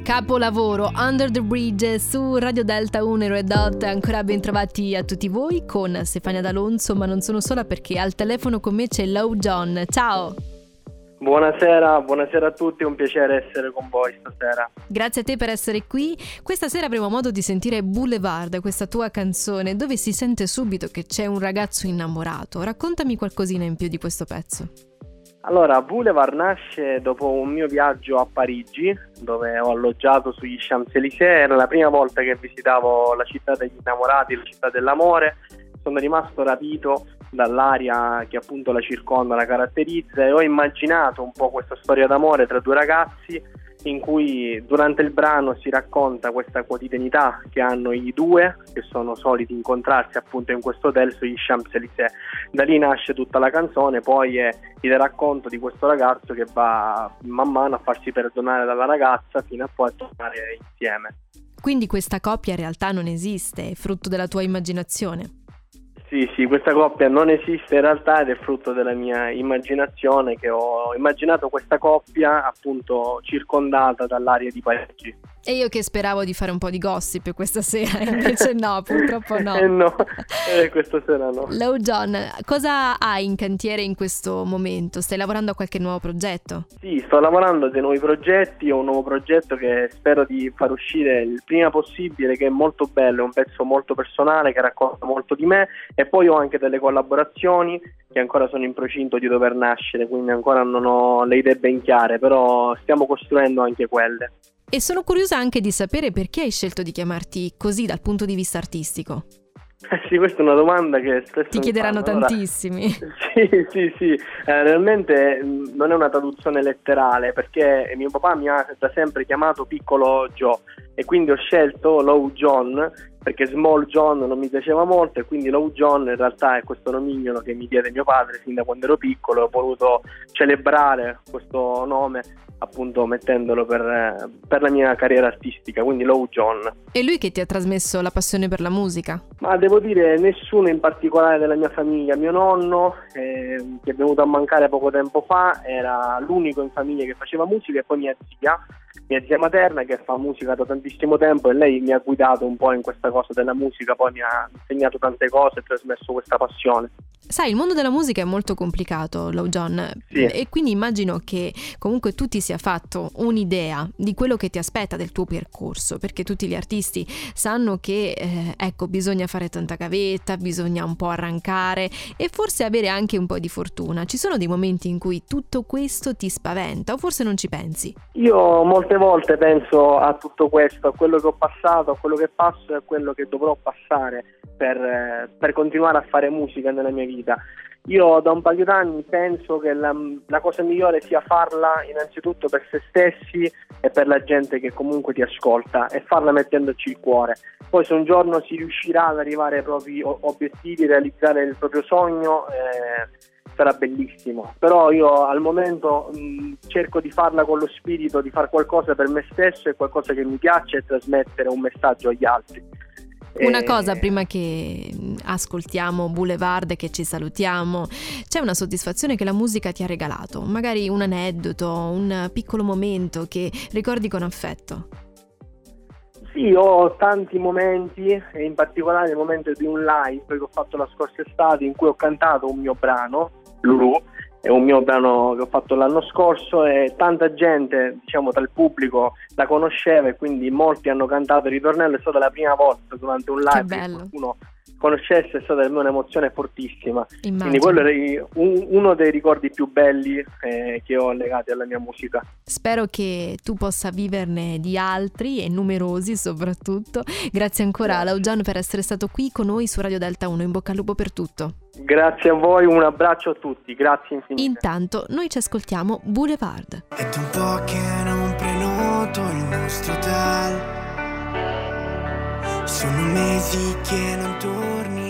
Capolavoro, Under the Bridge su Radio Delta 1 e Red Hot. Ancora ben trovati a tutti voi con Stefania D'Alonso, ma non sono sola perché al telefono con me c'è Low John. Ciao! Buonasera a tutti, è un piacere essere con voi stasera. Grazie a te per essere qui. Questa sera avremo modo di sentire Boulevard, questa tua canzone, dove si sente subito che c'è un ragazzo innamorato. Raccontami qualcosina in più di questo pezzo. Allora, Boulevard nasce dopo un mio viaggio a Parigi, dove ho alloggiato sugli Champs-Élysées. Era la prima volta che visitavo la città degli innamorati, la città dell'amore. Sono rimasto rapito dall'aria che appunto la circonda, la caratterizza, e ho immaginato un po' questa storia d'amore tra due ragazzi, in cui durante il brano si racconta questa quotidianità che hanno i due, che sono soliti incontrarsi appunto in questo hotel sugli Champs-Élysées. Da lì nasce tutta la canzone, poi è il racconto di questo ragazzo che va man mano a farsi perdonare dalla ragazza fino a poi a tornare insieme. Quindi questa coppia in realtà non esiste, è frutto della tua immaginazione. Sì, questa coppia non esiste in realtà ed è frutto della mia immaginazione, che ho immaginato questa coppia appunto circondata dall'aria di Parigi. E io che speravo di fare un po' di gossip questa sera, invece no, purtroppo no. No, questa sera no. Low John, cosa hai in cantiere in questo momento? Stai lavorando a qualche nuovo progetto? Sì, sto lavorando a dei nuovi progetti, ho un nuovo progetto che spero di far uscire il prima possibile, che è molto bello, è un pezzo molto personale che racconta molto di me, e poi ho anche delle collaborazioni che ancora sono in procinto di dover nascere, quindi ancora non ho le idee ben chiare, però stiamo costruendo anche quelle. E sono curiosa anche di sapere perché hai scelto di chiamarti così dal punto di vista artistico. Sì, questa è una domanda che spesso ti chiederanno tantissimi. Sì. Realmente non è una traduzione letterale, perché mio papà mi ha da sempre chiamato Piccolo Joe, e quindi ho scelto Low John perché Small John non mi piaceva molto, e quindi Low John in realtà è questo nomignolo che mi diede mio padre fin da quando ero piccolo. Ho voluto celebrare questo nome appunto mettendolo per la mia carriera artistica, quindi Low John. E lui che ti ha trasmesso la passione per la musica? Ma devo dire nessuno in particolare della mia famiglia. Mio nonno, che è venuto a mancare poco tempo fa, era l'unico in famiglia che faceva musica, e poi mia zia materna, che fa musica da tantissimo tempo, e lei mi ha guidato un po' in questa cosa della musica, poi mi ha insegnato tante cose e trasmesso questa passione. Sai, il mondo della musica è molto complicato, Low John, sì. E quindi immagino che comunque tu ti sia fatto un'idea di quello che ti aspetta del tuo percorso, perché tutti gli artisti sanno che bisogna fare tanta gavetta, bisogna un po' arrancare e forse avere anche un po' di fortuna. Ci sono dei momenti in cui tutto questo ti spaventa o forse non ci pensi? Io molte volte penso a tutto questo, a quello che ho passato, a quello che passo e a quello che dovrò passare per continuare a fare musica nella mia vita. Io da un paio d'anni penso che la cosa migliore sia farla innanzitutto per se stessi e per la gente che comunque ti ascolta, e farla mettendoci il cuore. Poi se un giorno si riuscirà ad arrivare ai propri obiettivi, realizzare il proprio sogno, sarà bellissimo. Però io al momento cerco di farla con lo spirito di fare qualcosa per me stesso e qualcosa che mi piace, e trasmettere un messaggio agli altri. Una cosa prima che ascoltiamo Boulevard, che ci salutiamo, c'è una soddisfazione che la musica ti ha regalato, magari un aneddoto, un piccolo momento che ricordi con affetto? Sì, ho tanti momenti, e in particolare il momento di un live che ho fatto la scorsa estate, in cui ho cantato un mio brano, Lulu, è un mio brano che ho fatto l'anno scorso, e tanta gente, diciamo, tra il pubblico la conosceva, e quindi molti hanno cantato il ritornello. È stata la prima volta durante un live che qualcuno conoscesse, è stata per me un'emozione fortissima. Immagino. Quindi quello è uno dei ricordi più belli che ho legati alla mia musica. Spero che tu possa viverne di altri, e numerosi soprattutto. Grazie ancora, Low John, per essere stato qui con noi su Radio Delta 1. In bocca al lupo per tutto. Grazie a voi, un abbraccio a tutti, grazie infinite. Intanto noi ci ascoltiamo Boulevard. È da un po' che non prenoto il nostro hotel, sono mesi che non torni